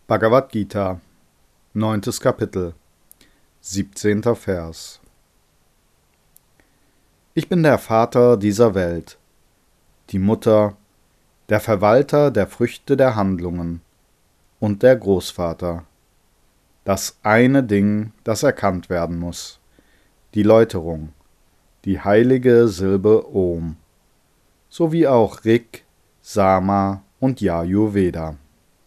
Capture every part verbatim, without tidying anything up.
Bhagavad Gita, neuntes Kapitel, siebzehnter Vers. Ich bin der Vater dieser Welt, die Mutter, der Verwalter der Früchte der Handlungen und der Großvater. Das eine Ding, das erkannt werden muss, die Läuterung, die heilige Silbe Om, sowie auch Rig, Sama und Yajurveda.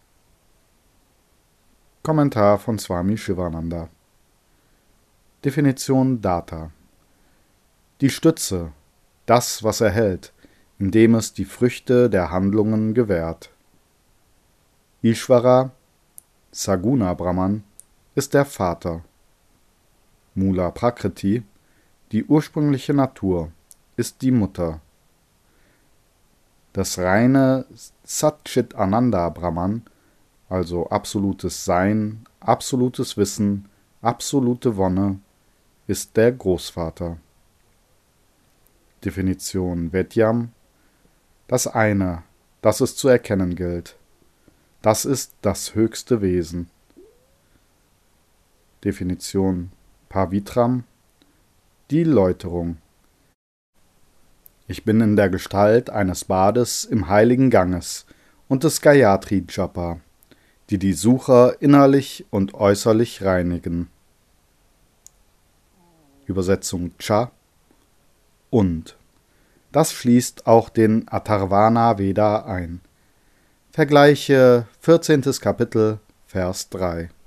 Kommentar von Swami Shivananda. Definition Data: Die Stütze, das, was erhält, indem es die Früchte der Handlungen gewährt. Ishvara, Saguna Brahman, ist der Vater. Mula Prakriti, die ursprüngliche Natur, ist die Mutter. Das reine Satchit Ananda Brahman, also absolutes Sein, absolutes Wissen, absolute Wonne, ist der Großvater. Definition Vedyam: Das eine, das es zu erkennen gilt. Das ist das höchste Wesen. Definition Pavitram: Die Läuterung. Ich bin in der Gestalt eines Bades im heiligen Ganges und des Gayatri Japa, die die Sucher innerlich und äußerlich reinigen. Übersetzung Cha: Und. Das schließt auch den Atharvana Veda ein. Vergleiche vierzehntes Kapitel, Vers drei.